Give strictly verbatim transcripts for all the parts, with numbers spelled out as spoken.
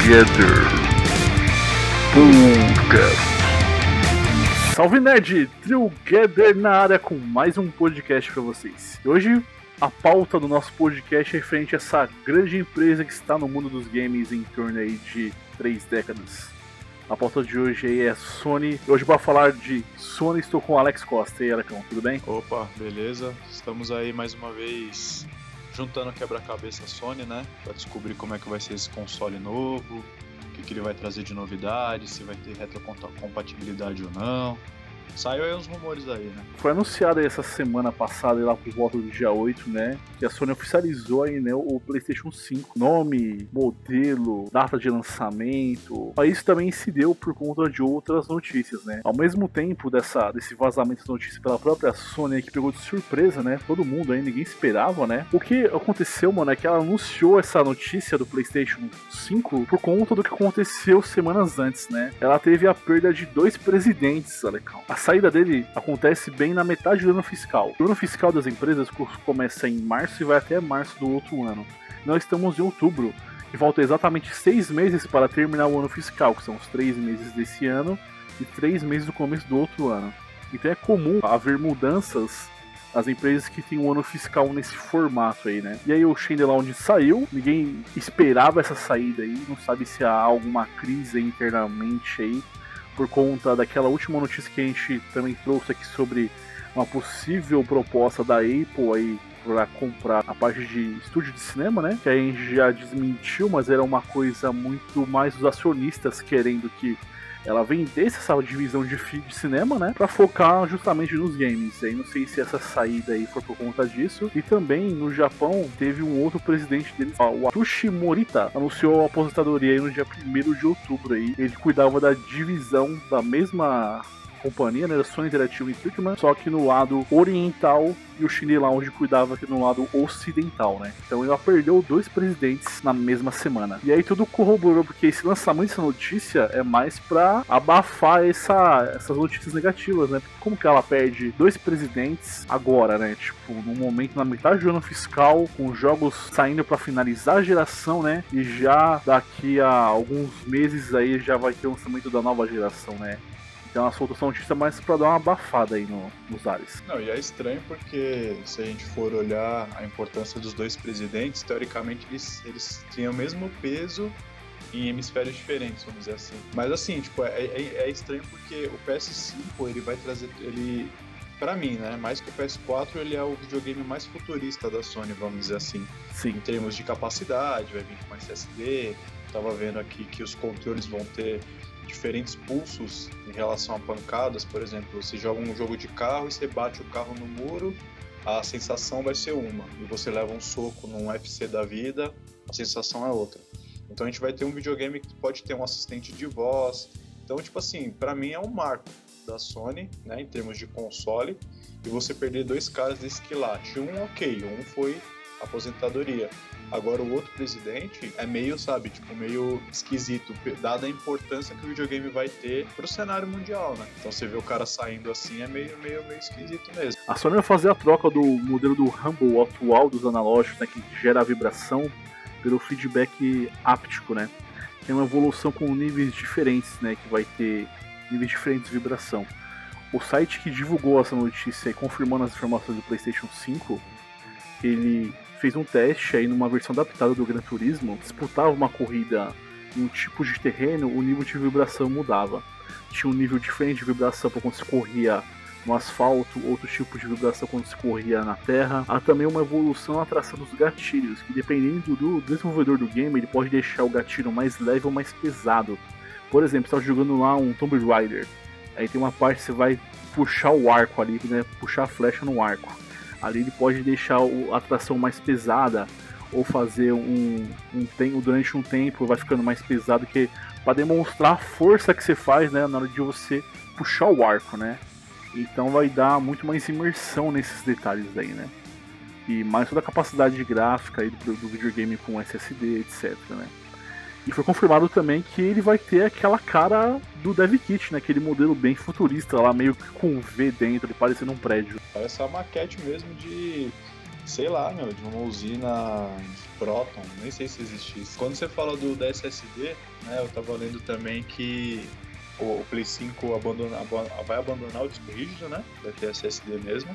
Together Podcast. Salve Nerd! Together na área com mais um podcast pra vocês. E hoje a pauta do nosso podcast é referente a essa grande empresa que está no mundo dos games em torno aí de três décadas. A pauta de hoje aí é Sony. Hoje para falar de Sony estou com o Alex Costa. E aí, Alecão, tudo bem? Opa, beleza? Estamos aí mais uma vez juntando quebra-cabeça Sony, né? Pra descobrir como é que vai ser esse console novo, o que, que ele vai trazer de novidade, se vai ter retrocompatibilidade ou não. Saiu aí uns rumores aí, né? Foi anunciado aí essa semana passada, lá por volta do dia oito, né? Que a Sony oficializou aí, né, o PlayStation cinco. Nome, modelo, data de lançamento. Mas isso também se deu por conta de outras notícias, né? Ao mesmo tempo dessa, desse vazamento de notícias pela própria Sony, que pegou de surpresa, né? Todo mundo aí, ninguém esperava, né? O que aconteceu, mano, é que ela anunciou essa notícia do PlayStation cinco por conta do que aconteceu semanas antes, né? Ela teve a perda de dois presidentes, Alecão. A saída dele acontece bem na metade do ano fiscal. O ano fiscal das empresas começa em março e vai até março do outro ano. Nós estamos em outubro e falta exatamente seis meses para terminar o ano fiscal, que são os três meses desse ano e três meses do começo do outro ano. Então é comum haver mudanças nas empresas que têm um ano fiscal nesse formato aí, né? E aí o Shenlong saiu, ninguém esperava essa saída aí, não sabe se há alguma crise internamente aí, por conta daquela última notícia que a gente também trouxe aqui sobre uma possível proposta da Apple aí para comprar a parte de estúdio de cinema, né? Que a gente já desmentiu, mas era uma coisa muito mais dos acionistas querendo que ela vendesse essa divisão de, de cinema, né? Pra focar justamente nos games. Aí não sei se essa saída aí foi por conta disso. E também no Japão teve um outro presidente deles, o Atsushi Morita, anunciou a aposentadoria aí no dia primeiro de outubro aí. Ele cuidava da divisão da mesma companhia, né, da Sony Interactive Entertainment, só que no lado oriental, e o Shenlong cuidava aqui no lado ocidental, né? Então ela perdeu dois presidentes na mesma semana. E aí tudo corroborou, porque esse lançamento dessa notícia é mais pra abafar essa, essas notícias negativas, né? Porque como que ela perde dois presidentes agora, né? Tipo, num momento na metade do ano fiscal, com jogos saindo pra finalizar a geração, né? E já daqui a alguns meses aí já vai ter o lançamento da nova geração, né? Então ela soltou essa notícia mais pra dar uma abafada aí no, nos ares. Não, e é estranho porque se a gente for olhar a importância dos dois presidentes, teoricamente eles, eles tinham o mesmo peso em hemisférios diferentes, vamos dizer assim. Mas assim, tipo, é, é, é estranho porque o P S cinco, ele vai trazer, ele, pra mim, né, mais que o P S quatro, ele é o videogame mais futurista da Sony, vamos dizer assim. Sim. Em termos de capacidade, vai vir com S S D, tava vendo aqui que os controles vão ter diferentes pulsos em relação a pancadas. Por exemplo, você joga um jogo de carro e você bate o carro no muro, a sensação vai ser uma, e você leva um soco num U F C da vida, a sensação é outra. Então a gente vai ter um videogame que pode ter um assistente de voz. Então, tipo assim, pra mim é um marco da Sony, né, em termos de console, e você perder dois caras desse quilate. Um, ok, um foi aposentadoria. Agora o outro presidente é meio, sabe, tipo, meio esquisito, dada a importância que o videogame vai ter pro cenário mundial, né? Então você vê o cara saindo assim, é meio, meio, meio esquisito mesmo. A Sony vai fazer a troca do modelo do Rumble atual dos analógicos, né, que gera a vibração, pelo feedback áptico, né? Tem uma evolução com níveis diferentes, né, que vai ter níveis diferentes de vibração. O site que divulgou essa notícia, confirmando as informações do PlayStation cinco, ele fez um teste aí numa versão adaptada do Gran Turismo, disputava uma corrida em um tipo de terreno, o nível de vibração mudava. Tinha um nível diferente de vibração para quando se corria no asfalto, outro tipo de vibração quando se corria na terra. Há também uma evolução na tração dos gatilhos, que dependendo do desenvolvedor do game, ele pode deixar o gatilho mais leve ou mais pesado. Por exemplo, você está jogando lá um Tomb Raider, aí tem uma parte que você vai puxar o arco ali, né, puxar a flecha no arco. Ali ele pode deixar a tração mais pesada ou fazer um, um tempo, durante um tempo vai ficando mais pesado, que para demonstrar a força que você faz, né, na hora de você puxar o arco, né? Então vai dar muito mais imersão nesses detalhes aí, né? E mais toda a capacidade gráfica aí do, do videogame com S S D, etc, né? E foi confirmado também que ele vai ter aquela cara do Dev Kit, né? Aquele modelo bem futurista lá, meio que com V dentro, parecendo um prédio. Parece uma maquete mesmo de, sei lá, meu, de uma usina de próton, nem sei se existe isso. Quando você fala do da S S D, né, eu tava lendo também que o, o Play cinco abandona, vai abandonar o disco rígido, né, vai ter S S D mesmo.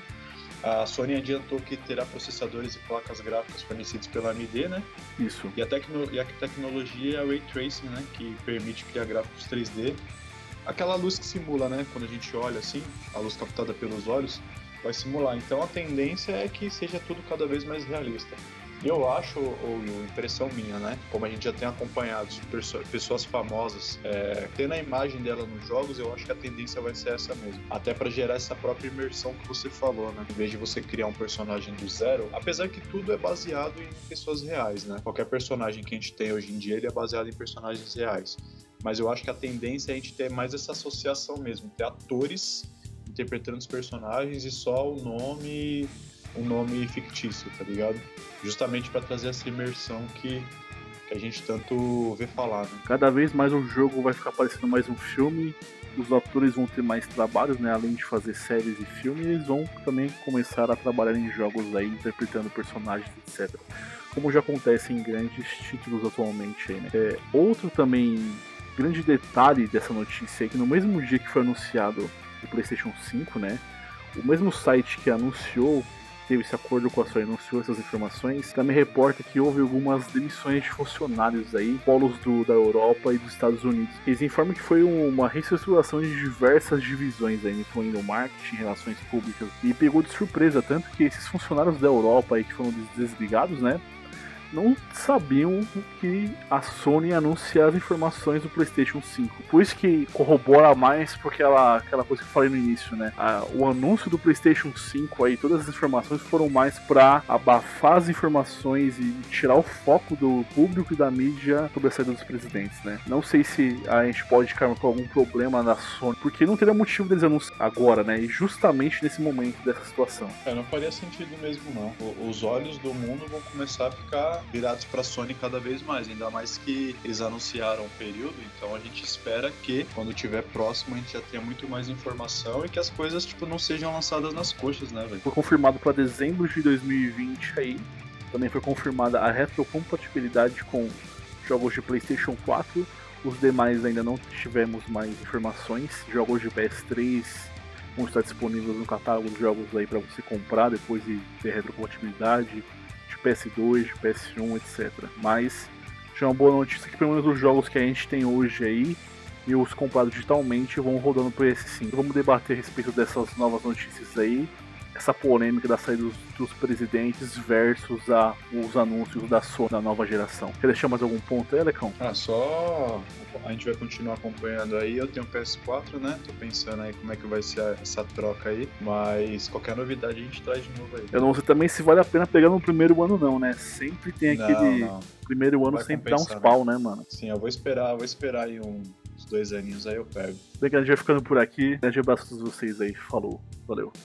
A Sony adiantou que terá processadores e placas gráficas fornecidos pela A M D, né? Isso. E a, tecno, e a tecnologia é Ray Tracing, né, que permite criar gráficos três D. Aquela luz que simula, né, quando a gente olha assim, a luz captada pelos olhos, vai simular. Então a tendência é que seja tudo cada vez mais realista. E eu acho, ou impressão minha, né? Como a gente já tem acompanhado pessoas famosas é, tendo a imagem dela nos jogos, eu acho que a tendência vai ser essa mesmo. Até para gerar essa própria imersão que você falou, né? Em vez de você criar um personagem do zero, apesar que tudo é baseado em pessoas reais, né? Qualquer personagem que a gente tem hoje em dia, ele é baseado em personagens reais. Mas eu acho que a tendência é a gente ter mais essa associação mesmo, ter atores interpretando os personagens e só o nome, um nome fictício, tá ligado? Justamente para trazer essa imersão que, que a gente tanto vê falar, né? Cada vez mais o jogo vai ficar parecendo mais um filme, os atores vão ter mais trabalhos, né? Além de fazer séries e filmes, eles vão também começar a trabalhar em jogos aí, interpretando personagens, etcétera. Como já acontece em grandes títulos atualmente aí, né? É, outro também grande detalhe dessa notícia é que no mesmo dia que foi anunciado o PlayStation cinco, né? O mesmo site que anunciou, teve esse acordo com a Sony, anunciou essas informações, também reporta que houve algumas demissões de funcionários aí, polos do, da Europa e dos Estados Unidos. Eles informam que foi uma reestruturação de diversas divisões aí, incluindo marketing, relações públicas, e pegou de surpresa, tanto que esses funcionários da Europa aí que foram desligados, né, não sabiam que a Sony ia anunciar as informações do PlayStation cinco. Por isso que corrobora mais porque aquela, aquela coisa que eu falei no início, né? A, o anúncio do PlayStation cinco aí, todas as informações foram mais para abafar as informações e tirar o foco do público e da mídia sobre a saída dos presidentes, né? Não sei se a gente pode ficar com algum problema na Sony, porque não teria motivo deles anunciar agora, né? E justamente nesse momento dessa situação. É, não faria sentido mesmo, não. O, os olhos do mundo vão começar a ficar virados para a Sony cada vez mais, ainda mais que eles anunciaram o período, então a gente espera que quando tiver próximo a gente já tenha muito mais informação e que as coisas tipo não sejam lançadas nas coxas, né, velho? Foi confirmado para dezembro de dois mil e vinte aí. Também foi confirmada a retrocompatibilidade com jogos de PlayStation quatro. Os demais ainda não tivemos mais informações. Jogos de P S três vão estar disponíveis no catálogo dos jogos aí para você comprar depois de ter retrocompatibilidade. P S dois, P S um, etcétera. Mas já é uma boa notícia que pelo menos os jogos que a gente tem hoje aí e os comprados digitalmente vão rodando P S cinco. Vamos debater a respeito dessas novas notícias aí, essa polêmica da saída dos, dos presidentes versus a, os anúncios da Sony da nova geração. Quer deixar mais algum ponto aí, Lecão? Ah, só a gente vai continuar acompanhando aí. Eu tenho P S quatro, né? Tô pensando aí como é que vai ser essa troca aí. Mas qualquer novidade a gente traz de novo aí. Eu não sei também se vale a pena pegar no primeiro ano não, né? Sempre tem aquele... Não, não. Primeiro ano sempre dá uns pau, né, mano? Sim, eu vou esperar, vou esperar aí um, uns dois aninhos aí eu pego. Bem que a gente vai ficando por aqui. Grande abraço a todos vocês aí. Falou. Valeu.